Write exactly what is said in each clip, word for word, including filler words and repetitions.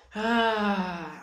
Ah,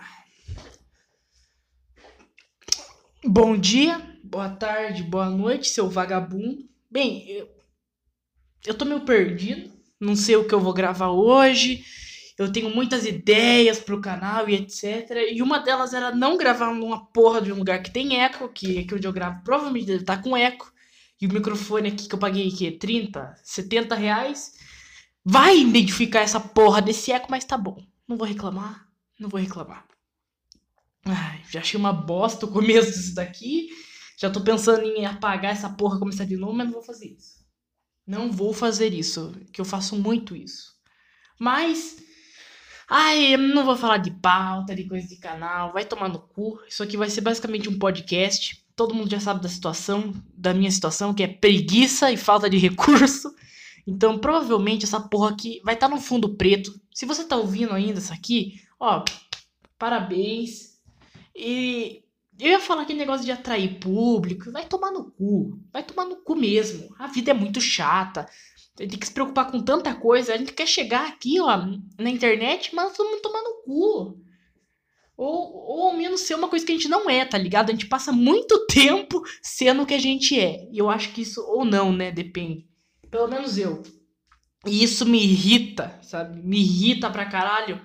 bom dia, boa tarde, boa noite, seu vagabundo. Bem, eu, eu tô meio perdido, não sei o que eu vou gravar hoje. Eu tenho muitas ideias pro canal e etcétera. E uma delas era não gravar numa porra de um lugar que tem eco, que aqui onde eu gravo provavelmente deve estar com eco. E o microfone aqui que eu paguei que trinta, setenta reais vai identificar essa porra desse eco, mas tá bom. Não vou reclamar, não vou reclamar. Ai, já achei uma bosta o começo disso daqui. Já tô pensando em apagar essa porra e começar de novo, mas não vou fazer isso. Não vou fazer isso, que eu faço muito isso. Mas, ai, eu não vou falar de pauta, de coisa de canal, vai tomar no cu. Isso aqui vai ser basicamente um podcast. Todo mundo já sabe da situação, da minha situação, que é preguiça e falta de recurso. Então, provavelmente essa porra aqui vai estar no fundo preto. Se você tá ouvindo ainda isso aqui, ó, parabéns. E eu ia falar aquele negócio de atrair público. Vai tomar no cu. Vai tomar no cu mesmo. A vida é muito chata. Tem que se preocupar com tanta coisa. A gente quer chegar aqui, ó, na internet, mas todo mundo tomar no cu. Ou, ou ao menos ser uma coisa que a gente não é, tá ligado? A gente passa muito tempo sendo o que a gente é. E eu acho que isso, ou não, né? Depende. Pelo menos eu. E isso me irrita, sabe? Me irrita pra caralho.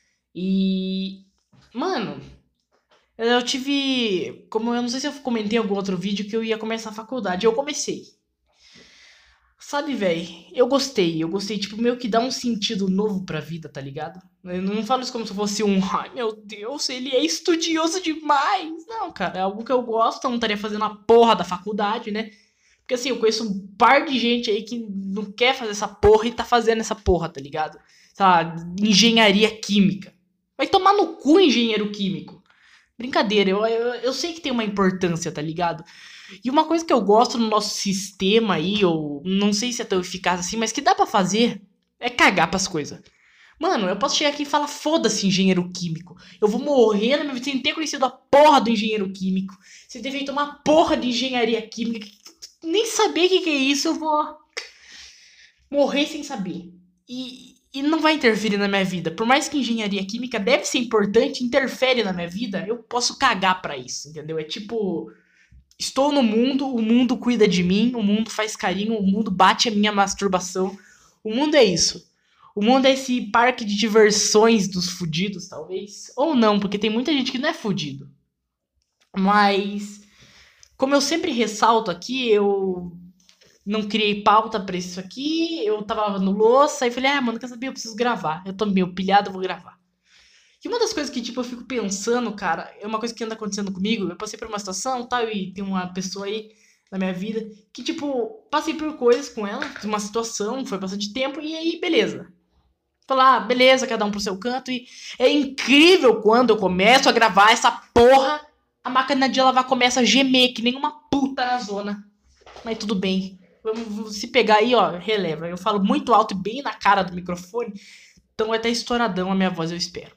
E. Mano, eu tive. Como eu não sei se eu comentei em algum outro vídeo que eu ia começar a faculdade. Eu comecei. Sabe, velho? Eu gostei. Eu gostei, tipo, meio que dá um sentido novo pra vida, tá ligado? Eu não falo isso como se fosse um. Ai, meu Deus, ele é estudioso demais. Não, cara, é algo que eu gosto. Eu não estaria fazendo a porra da faculdade, né? Porque assim, eu conheço um par de gente aí que não quer fazer essa porra e tá fazendo essa porra, tá ligado? Sei lá, engenharia química. Vai tomar no cu, engenheiro químico. Brincadeira, eu, eu, eu sei que tem uma importância, tá ligado? E uma coisa que eu gosto no nosso sistema aí, ou não sei se é tão eficaz assim, mas que dá pra fazer, é cagar pras coisas. Mano, eu posso chegar aqui e falar, foda-se, engenheiro químico. Eu vou morrer na minha vida sem ter conhecido a porra do engenheiro químico, sem ter feito uma porra de engenharia química, nem saber o que, que é isso, eu vou morrer sem saber. E, e não vai interferir na minha vida. Por mais que engenharia química deve ser importante, interfere na minha vida, eu posso cagar pra isso, entendeu? É tipo, estou no mundo, o mundo cuida de mim, o mundo faz carinho, o mundo bate a minha masturbação. O mundo é isso. O mundo é esse parque de diversões dos fudidos, talvez. Ou não, porque tem muita gente que não é fudido. Mas, como eu sempre ressalto aqui, eu não criei pauta pra isso aqui. Eu tava lavando louça e falei, ah, mano, quer saber? Eu preciso gravar. Eu tô meio pilhado, eu vou gravar. E uma das coisas que, tipo, eu fico pensando, cara, é uma coisa que anda acontecendo comigo. Eu passei por uma situação tal, e tem uma pessoa aí na minha vida que, tipo, passei por coisas com ela, uma situação, foi bastante tempo, e aí, beleza. Falar, ah, beleza, cada um pro seu canto, e é incrível quando eu começo a gravar essa porra, a máquina de lavar começa a gemer, que nem uma puta na zona. Mas tudo bem. Vamos se pegar aí, ó, releva. Eu falo muito alto e bem na cara do microfone, então vai estar estouradão a minha voz, eu espero.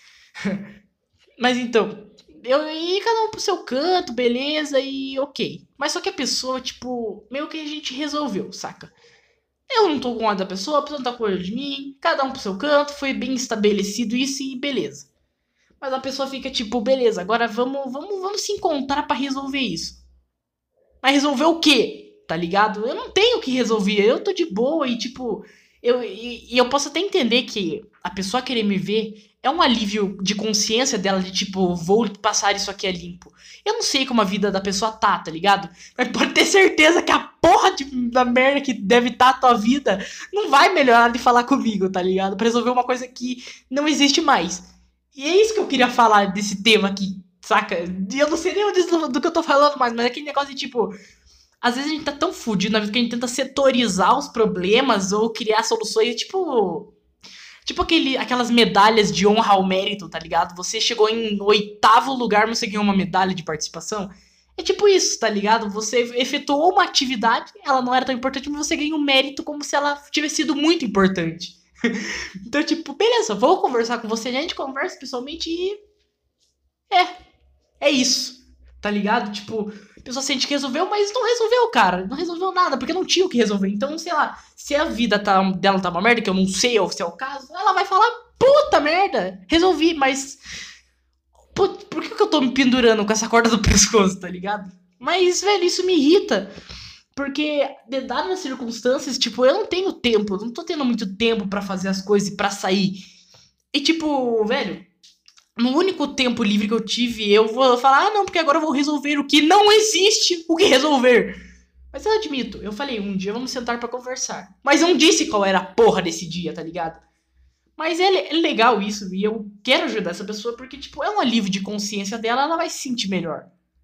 Mas então, eu e cada um pro seu canto, beleza, e ok. Mas só que a pessoa, tipo, meio que a gente resolveu, saca? Eu não tô com ódio da pessoa, a pessoa não tá com ódio de mim, cada um pro seu canto, foi bem estabelecido isso e beleza. Mas a pessoa fica tipo, beleza, agora vamos, vamos, vamos se encontrar pra resolver isso. Mas resolver o quê? Tá ligado? Eu não tenho o que resolver, eu tô de boa e tipo, eu, e, e eu posso até entender que a pessoa querer me ver é um alívio de consciência dela, de tipo, vou passar isso aqui a limpo. Eu não sei como a vida da pessoa tá, tá ligado? Mas pode ter certeza que a porra de, da merda que deve estar tá a tua vida não vai melhorar de falar comigo, tá ligado? Pra resolver uma coisa que não existe mais. E é isso que eu queria falar desse tema aqui, saca? E eu não sei nem do, do que eu tô falando mais, mas é aquele negócio de tipo, às vezes a gente tá tão fudido na vida que a gente tenta setorizar os problemas ou criar soluções, tipo. Tipo aquele, aquelas medalhas de honra ao mérito, tá ligado? Você chegou em oitavo lugar, mas você ganhou uma medalha de participação. É tipo isso, tá ligado? Você efetuou uma atividade, ela não era tão importante, mas você ganhou mérito como se ela tivesse sido muito importante. Então, tipo, beleza, vou conversar com você, a gente conversa pessoalmente e. É, é isso, tá ligado? Tipo, a pessoa sente que resolveu, mas não resolveu, cara. Não resolveu nada, porque não tinha o que resolver. Então, sei lá, se a vida tá, dela tá uma merda, que eu não sei ou se é o caso, ela vai falar, puta puta merda. Resolvi, mas... Pô, por que, que eu tô me pendurando com essa corda do pescoço, tá ligado? Mas, velho, isso me irrita. Porque, dadas as circunstâncias, tipo, eu não tenho tempo. Eu não tô tendo muito tempo pra fazer as coisas e pra sair. E, tipo, velho... No único tempo livre que eu tive, eu vou falar, ah, não, porque agora eu vou resolver o que não existe o que resolver. Mas eu admito, eu falei, um dia vamos sentar pra conversar. Mas eu não disse qual era a porra desse dia, tá ligado? Mas é, é legal isso, e eu quero ajudar essa pessoa porque, tipo, é um alívio de consciência dela, ela vai se sentir melhor.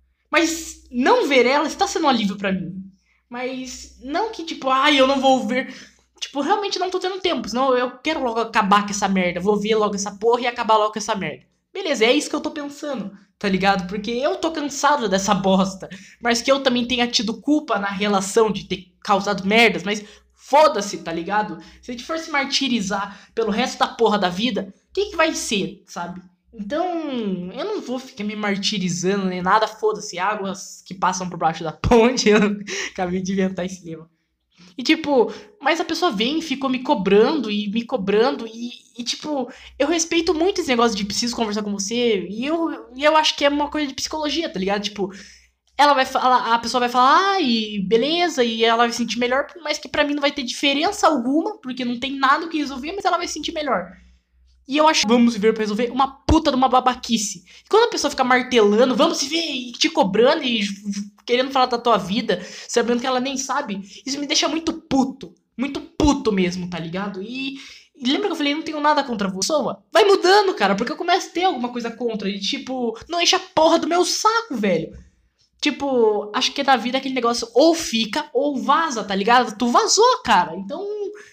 Mas não ver ela está sendo um alívio pra mim. Mas não que, tipo, ah, eu não vou ver... Tipo, realmente não tô tendo tempo, senão eu quero logo acabar com essa merda. Vou ver logo essa porra e acabar logo com essa merda. Beleza, é isso que eu tô pensando, tá ligado? Porque eu tô cansado dessa bosta. Mas que eu também tenha tido culpa na relação de ter causado merdas, mas foda-se, tá ligado? Se a gente for se martirizar pelo resto da porra da vida, o que que vai ser, sabe? Então, eu não vou ficar me martirizando nem nada, foda-se, águas que passam por baixo da ponte. Eu acabei de inventar esse lema. E tipo, mas a pessoa vem e ficou me cobrando e me cobrando e, e tipo, eu respeito muito esse negócio de preciso conversar com você e eu, e eu acho que é uma coisa de psicologia, tá ligado? Tipo, ela vai falar, a pessoa vai falar, ah, e beleza, e ela vai se sentir melhor, mas que pra mim não vai ter diferença alguma, porque não tem nada o que resolver, mas ela vai se sentir melhor. E eu acho, vamos viver pra resolver, uma puta de uma babaquice. E quando a pessoa fica martelando, vamos se ver, e te cobrando e querendo falar da tua vida, sabendo que ela nem sabe, isso me deixa muito puto. Muito puto mesmo, tá ligado? E, e lembra que eu falei, não tenho nada contra você? Vai mudando, cara, porque eu começo a ter alguma coisa contra. E tipo, não enche a porra do meu saco, velho. Tipo, acho que na vida aquele negócio ou fica ou vaza, tá ligado? Tu vazou, cara. Então,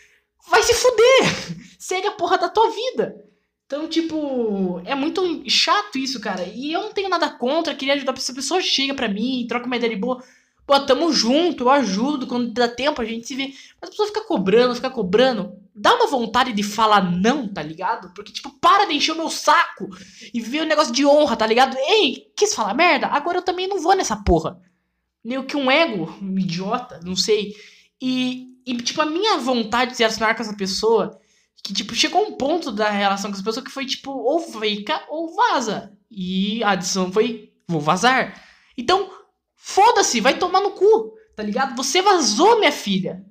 vai se fuder. Segue a porra da tua vida. Então, tipo, é muito chato isso, cara. E eu não tenho nada contra, queria ajudar. Se a pessoa chega pra mim, troca uma ideia de boa, pô, tamo junto, eu ajudo, quando dá tempo a gente se vê. Mas a pessoa fica cobrando, fica cobrando. Dá uma vontade de falar não, tá ligado? Porque, tipo, para de encher o meu saco e ver o negócio de honra, tá ligado? Ei, quis falar merda? Agora eu também não vou nessa porra. Meio que um ego, um idiota, não sei. E, e tipo, a minha vontade de se relacionar com essa pessoa... Que, tipo, chegou um ponto da relação com essa pessoa que foi, tipo, ou fica ou vaza. E a adição foi, vou vazar. Então, foda-se, vai tomar no cu, tá ligado? Você vazou, minha filha.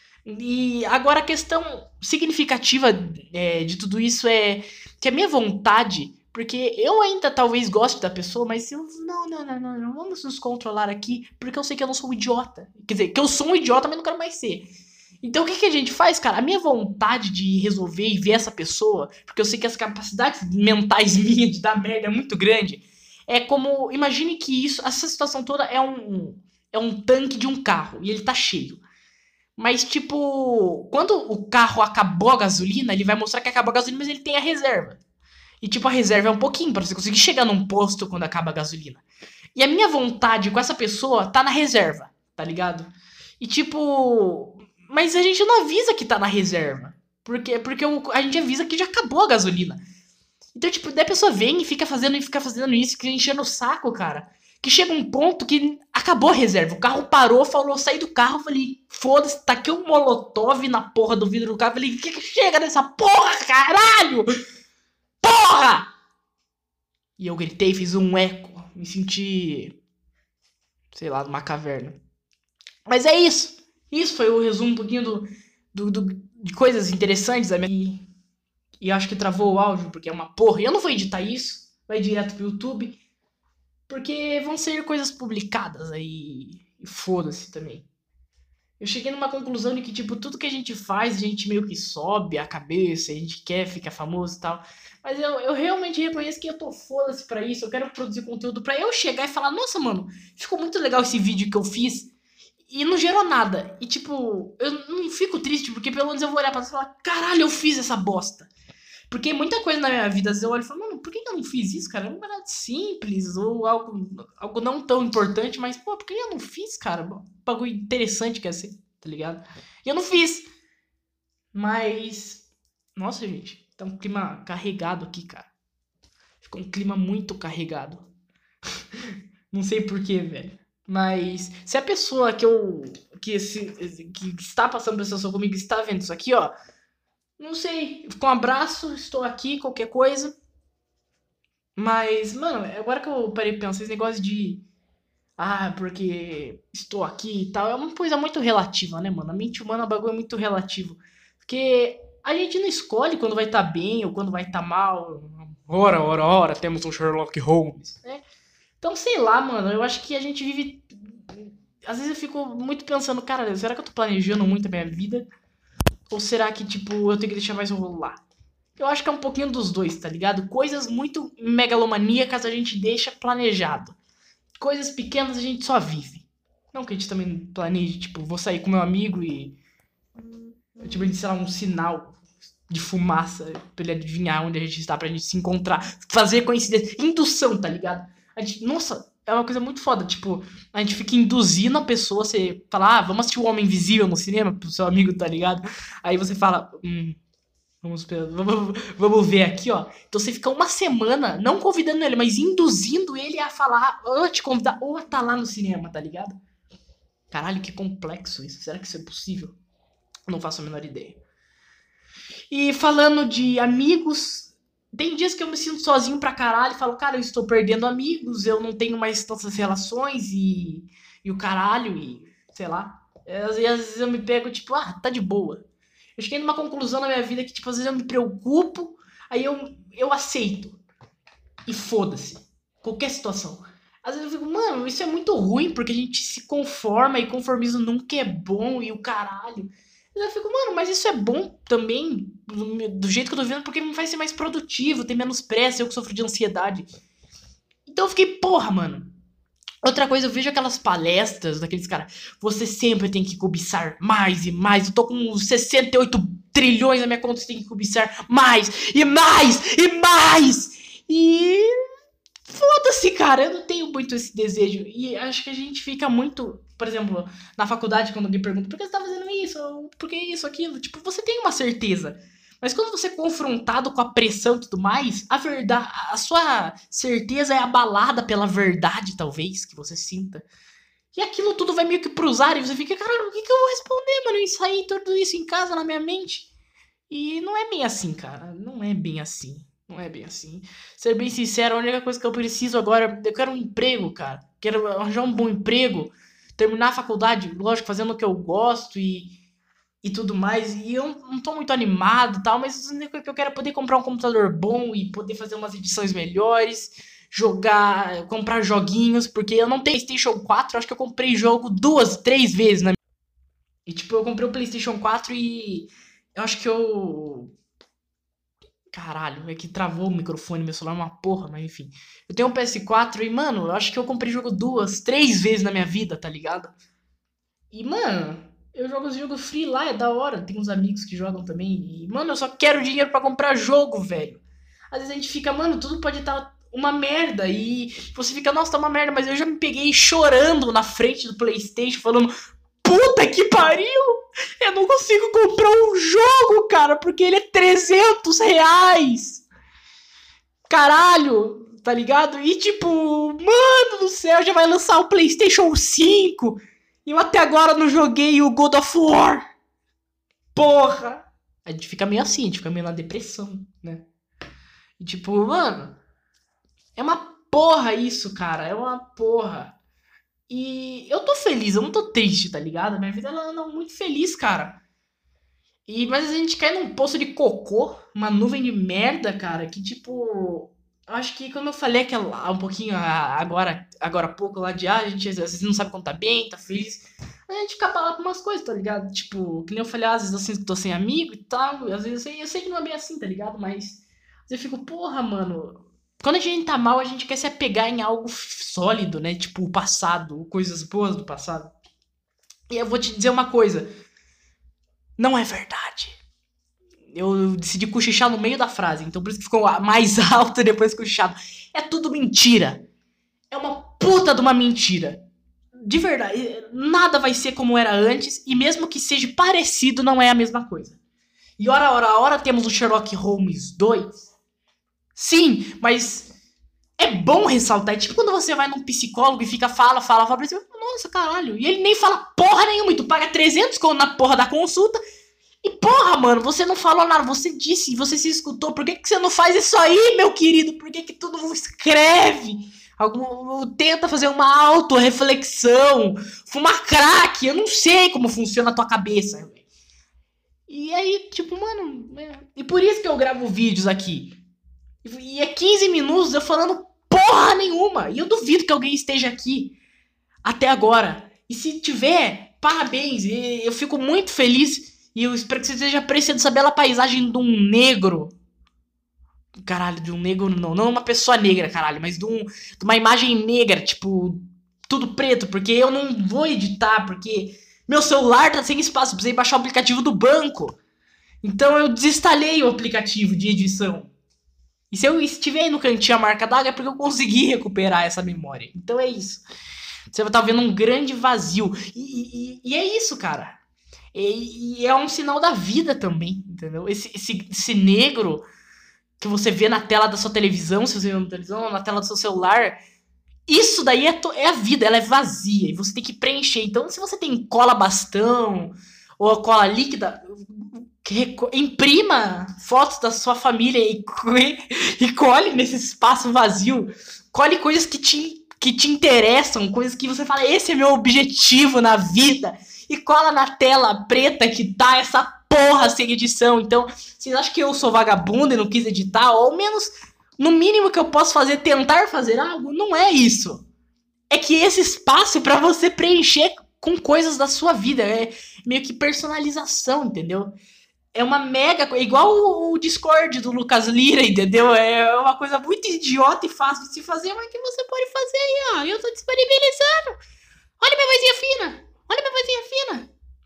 E agora a questão significativa é, de tudo isso é que a minha vontade... Porque eu ainda talvez goste da pessoa, mas eu... Não, não, não, não, não, vamos nos controlar aqui, porque eu sei que eu não sou um idiota. Quer dizer, que eu sou um idiota, mas não quero mais ser. Então o que, que a gente faz, cara? A minha vontade de resolver e ver essa pessoa, porque eu sei que as capacidades mentais minhas de dar merda é muito grande, é como, imagine que isso, essa situação toda é um, é um tanque de um carro, e ele tá cheio. Mas, tipo, quando o carro acabou a gasolina, ele vai mostrar que acabou a gasolina, mas ele tem a reserva. E, tipo, a reserva é um pouquinho, pra você conseguir chegar num posto quando acaba a gasolina. E a minha vontade com essa pessoa tá na reserva, tá ligado? E, tipo... Mas a gente não avisa que tá na reserva. Porque, porque a gente avisa que já acabou a gasolina. Então, tipo, daí a pessoa vem e fica fazendo e fica fazendo isso, fica enchendo o saco, cara. Que chega um ponto que acabou a reserva. O carro parou, falou, saí do carro, falei, foda-se, tá aqui um molotov na porra do vidro do carro. Falei, que que chega nessa porra, caralho? Porra! E eu gritei, fiz um eco. Me senti, sei lá, numa caverna. Mas é isso. Isso foi o resumo um pouquinho do, do, do, de coisas interessantes. E, e acho que travou o áudio, porque é uma porra. E eu não vou editar isso. Vai direto pro YouTube. Porque vão ser coisas publicadas aí. E foda-se também. Eu cheguei numa conclusão de que, tipo, tudo que a gente faz, a gente meio que sobe a cabeça, a gente quer ficar famoso e tal. Mas eu, eu realmente reconheço que eu tô foda-se pra isso. Eu quero produzir conteúdo pra eu chegar e falar, nossa, mano, ficou muito legal esse vídeo que eu fiz. E não gerou nada. E, tipo, eu não fico triste, porque pelo menos eu vou olhar pra trás e falar, caralho, eu fiz essa bosta. Porque muita coisa na minha vida, às vezes eu olho e falo, mano, por que eu não fiz isso, cara? É uma parada simples, ou algo, algo não tão importante, mas, pô, por que eu não fiz, cara? Um bagulho interessante que é ser, tá ligado? E eu não fiz. Mas, nossa, gente, tá um clima carregado aqui, cara. Ficou um clima muito carregado. Não sei porquê, velho. Mas se a pessoa que eu que, esse, que está passando por essa situação comigo está vendo isso aqui, ó, Não sei, com um abraço, estou aqui, qualquer coisa. Mas, mano, agora que eu parei pra pensar, esse negócio de. Ah, porque estou aqui e tal, é uma coisa muito relativa, né, mano? A mente humana é um bagulho muito relativo. Porque a gente não escolhe quando vai estar bem ou quando vai estar mal. Ora, ora, ora, temos um Sherlock Holmes, né? Então, sei lá, mano, eu acho que a gente vive. Às vezes eu fico muito pensando, cara, será que eu tô planejando muito a minha vida? Ou será que, tipo, eu tenho que deixar mais rolar? Eu acho que é um pouquinho dos dois, tá ligado? Coisas muito megalomaníacas a gente deixa planejado. Coisas pequenas a gente só vive. Não que a gente também planeje, tipo, vou sair com meu amigo e. Tipo, a gente, sei lá, um sinal de fumaça pra ele adivinhar onde a gente está, pra gente se encontrar. Fazer coincidência. Indução, tá ligado? A gente, nossa, é uma coisa muito foda. Tipo, a gente fica induzindo a pessoa. Você fala, ah, vamos assistir o Homem Invisível no cinema pro seu amigo, tá ligado? Aí você fala, hum. Vamos, vamos, vamos ver aqui, ó. Então você fica uma semana não convidando ele, mas induzindo ele a falar, ou a te convidar, ou a tá lá no cinema, tá ligado? Caralho, que complexo isso. Será que isso é possível? Não faço a menor ideia. E falando de amigos, tem dias que eu me sinto sozinho pra caralho e falo, cara, eu estou perdendo amigos, eu não tenho mais tantas relações e, e o caralho, e sei lá. E às vezes eu me pego, tipo, ah, tá de boa. Eu cheguei numa conclusão na minha vida que, tipo, às vezes eu me preocupo, aí eu, eu aceito. E foda-se. Qualquer situação. Às vezes eu fico, mano, isso é muito ruim, porque a gente se conforma e conformismo nunca é bom e o caralho. Eu fico, mano, mas isso é bom também, do, do jeito que eu tô vendo, porque me faz ser mais produtivo, ter menos pressa, eu que sofro de ansiedade. Então eu fiquei, porra, mano. Outra coisa, eu vejo aquelas palestras daqueles caras. Você sempre tem que cobiçar mais e mais. Eu tô com sessenta e oito trilhões na minha conta. Você tem que cobiçar mais e mais e mais. E foda-se, cara. Eu não tenho muito esse desejo. E acho que a gente fica muito... Por exemplo, na faculdade, quando alguém pergunta por que você tá fazendo isso? Ou por que isso, aquilo? Tipo, você tem uma certeza. Mas quando você é confrontado com a pressão e tudo mais, a verdade, a sua certeza é abalada pela verdade, talvez, que você sinta. E aquilo tudo vai meio que pro ar e você fica, caralho, o que, que eu vou responder, mano? Eu ensaiei tudo isso em casa, na minha mente. E não é bem assim, cara. Não é bem assim. Não é bem assim. Ser bem sincero, a única coisa que eu preciso agora, eu quero um emprego, cara. Quero arranjar um bom emprego, terminar a faculdade, lógico, fazendo o que eu gosto e... e tudo mais, e eu não tô muito animado e tal, mas o que eu quero é poder comprar um computador bom e poder fazer umas edições melhores, jogar, comprar joguinhos, porque eu não tenho PlayStation quatro, acho que eu comprei jogo duas, três vezes, né? E tipo, eu comprei o PlayStation quatro e eu acho que eu... Caralho, é que travou o microfone, meu celular é uma porra, mas enfim. Eu tenho um P S quatro e, mano, eu acho que eu comprei jogo duas, três vezes na minha vida, tá ligado? E, mano... eu jogo os jogos free lá, é da hora. Tem uns amigos que jogam também. E, mano, eu só quero dinheiro pra comprar jogo, velho. Às vezes a gente fica, mano, tudo pode estar uma merda. E você fica, nossa, tá uma merda. Mas eu já me peguei chorando na frente do PlayStation, falando, puta que pariu! Eu não consigo comprar um jogo, cara, porque ele é trezentos reais. Caralho, tá ligado? E tipo, mano do céu, já vai lançar o PlayStation cinco. E eu até agora não joguei o God of War. Porra. A gente fica meio assim, a gente fica meio na depressão, né? E tipo, mano, é uma porra isso, cara. É uma porra. E eu tô feliz, eu não tô triste, tá ligado? Minha vida ela anda muito feliz, cara. E, mas a gente cai num poço de cocô, uma nuvem de merda, cara, que tipo... eu acho que como eu falei aquela, um pouquinho agora, agora há pouco lá de ah, a gente às vezes não sabe quando tá bem, tá feliz. A gente fica pra lá com umas coisas, tá ligado? Tipo, que nem eu falei, ah, às vezes eu sinto que tô sem amigo e tal. Às vezes eu sei, eu sei que não é bem assim, tá ligado? Mas eu fico, porra, mano. Quando a gente tá mal, a gente quer se apegar em algo sólido, né? Tipo, o passado, coisas boas do passado. E eu vou te dizer uma coisa. Não é verdade. Eu decidi cochichar no meio da frase, então por isso que ficou mais alto depois cochichado. É tudo mentira. É uma puta de uma mentira. De verdade, nada vai ser como era antes, e mesmo que seja parecido, não é a mesma coisa. E ora, ora, ora, temos o Sherlock Holmes dois. Sim, mas é bom ressaltar. É tipo quando você vai num psicólogo e fica, fala, fala, fala, pra você, nossa, caralho. E ele nem fala porra nenhuma, e tu paga trezentos conto na porra da consulta, E porra, mano, você não falou nada, você disse, você se escutou. Por que, que você não faz isso aí, meu querido? Por que, que tu não escreve? Algum, tenta fazer uma autorreflexão, fumar crack, eu não sei como funciona a tua cabeça. E aí, tipo, mano, é... e por isso que eu gravo vídeos aqui. E é quinze minutos eu falando porra nenhuma. E eu duvido que alguém esteja aqui até agora. E se tiver, parabéns. Eu fico muito feliz. E eu espero que você esteja apreciando essa bela paisagem de um negro. Caralho, de um negro não. Não uma pessoa negra, caralho. Mas de, um, de uma imagem negra, tipo, tudo preto. Porque eu não vou editar, porque meu celular tá sem espaço. Precisei baixar o aplicativo do banco. Então eu desinstalei o aplicativo de edição. E se eu estiver aí no cantinho a marca d'água é porque eu consegui recuperar essa memória. Então é isso. Você vai estar vendo um grande vazio. E, e, e é isso, cara. E, e é um sinal da vida também, entendeu? Esse, esse, esse negro que você vê na tela da sua televisão, se você vê na televisão, ou na tela do seu celular, isso daí é, to, é a vida, ela é vazia. E você tem que preencher. Então, se você tem cola bastão ou cola líquida, imprima fotos da sua família e, e colhe nesse espaço vazio. Colhe coisas que te, que te interessam, coisas que você fala, esse é meu objetivo na vida. E cola na tela preta que tá essa porra sem edição. Então, vocês acham que eu sou vagabundo e não quis editar? Ou ao menos, no mínimo que eu posso fazer, tentar fazer algo? Não é isso. É que esse espaço é pra você preencher com coisas da sua vida. É meio que personalização, entendeu? É uma mega coisa, igual o Discord do Lucas Lira, entendeu? É uma coisa muito idiota e fácil de se fazer, mas que você pode fazer aí, ó. Eu tô disponibilizando. Olha minha vozinha fina. Olha minha vozinha fina.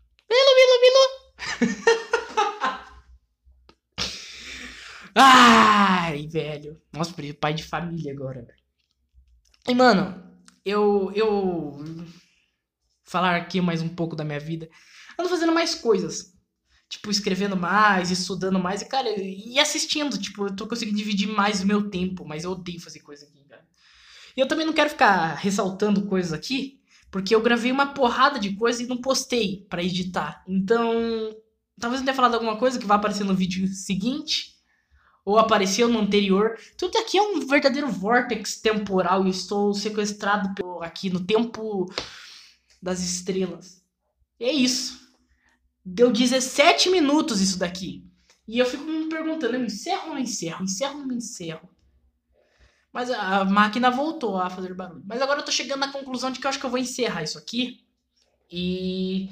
Bilu, bilu, bilu. Ai, velho. Nossa, pai de família agora, velho. E, mano, eu... Eu... Falar aqui mais um pouco da minha vida. Ando fazendo mais coisas. Tipo, escrevendo mais, estudando mais. E, cara, e assistindo. Tipo, eu tô conseguindo dividir mais o meu tempo. Mas eu odeio fazer coisa aqui, cara. E eu também não quero ficar ressaltando coisas aqui. Porque eu gravei uma porrada de coisa e não postei pra editar. Então, talvez eu tenha falado alguma coisa que vai aparecer no vídeo seguinte. Ou apareceu no anterior. Tudo aqui é um verdadeiro vórtex temporal. E eu estou sequestrado aqui no tempo das estrelas. E é isso. Deu dezessete minutos isso daqui. E eu fico me perguntando, eu encerro ou não encerro? Encerro ou não encerro? Mas a máquina voltou a fazer barulho. Mas agora eu tô chegando na conclusão de que eu acho que eu vou encerrar isso aqui. E...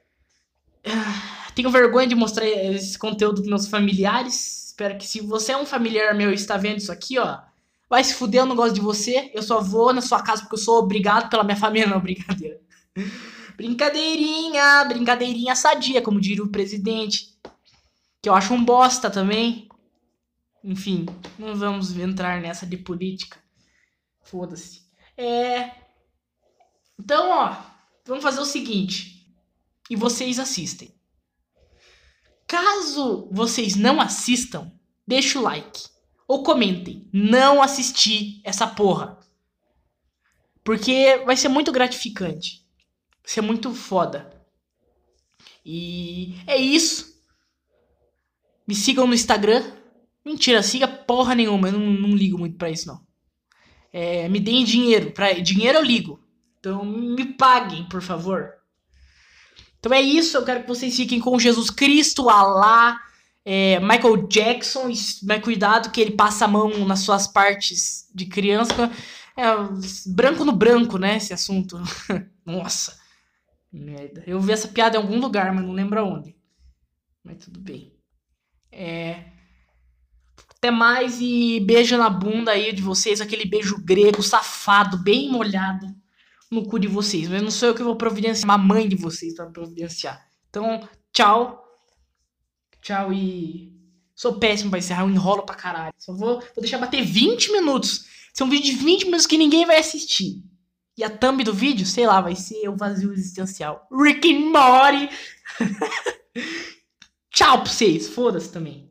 tenho vergonha de mostrar esse conteúdo pros meus familiares. Espero que se você é um familiar meu e está vendo isso aqui, ó, vai se fuder, eu não gosto de você. Eu só vou na sua casa porque eu sou obrigado pela minha família. Não, brincadeira. Brincadeirinha, brincadeirinha sadia, como diria o presidente. Que eu acho um bosta também. Enfim, não vamos entrar nessa de política. Foda-se. É... Então, ó, vamos fazer o seguinte. E vocês assistem. Caso vocês não assistam, deixa o like. Ou comentem. Não assisti essa porra. Porque vai ser muito gratificante. Vai ser muito foda. E é isso. Me sigam no Instagram. Mentira, siga porra nenhuma. Eu não, não ligo muito pra isso, não. É, me deem dinheiro. Pra, dinheiro eu ligo. Então me paguem, por favor. Então é isso. Eu quero que vocês fiquem com Jesus Cristo, Alá, é, Michael Jackson. Mas cuidado que ele passa a mão nas suas partes de criança. É, branco no branco, né? Esse assunto. Nossa. Merda. Eu vi essa piada em algum lugar, mas não lembro aonde. Mas tudo bem. É... Até mais e beijo na bunda aí de vocês. Aquele beijo grego, safado, bem molhado no cu de vocês. Mas não sou eu que vou providenciar, a mãe de vocês vai providenciar. Então, tchau. Tchau e... Sou péssimo pra encerrar, eu enrolo pra caralho. Só vou, vou deixar bater vinte minutos. São vídeos de vinte minutos que ninguém vai assistir. E a thumb do vídeo, sei lá, vai ser o vazio existencial. Rick and Morty. Tchau pra vocês. Foda-se também.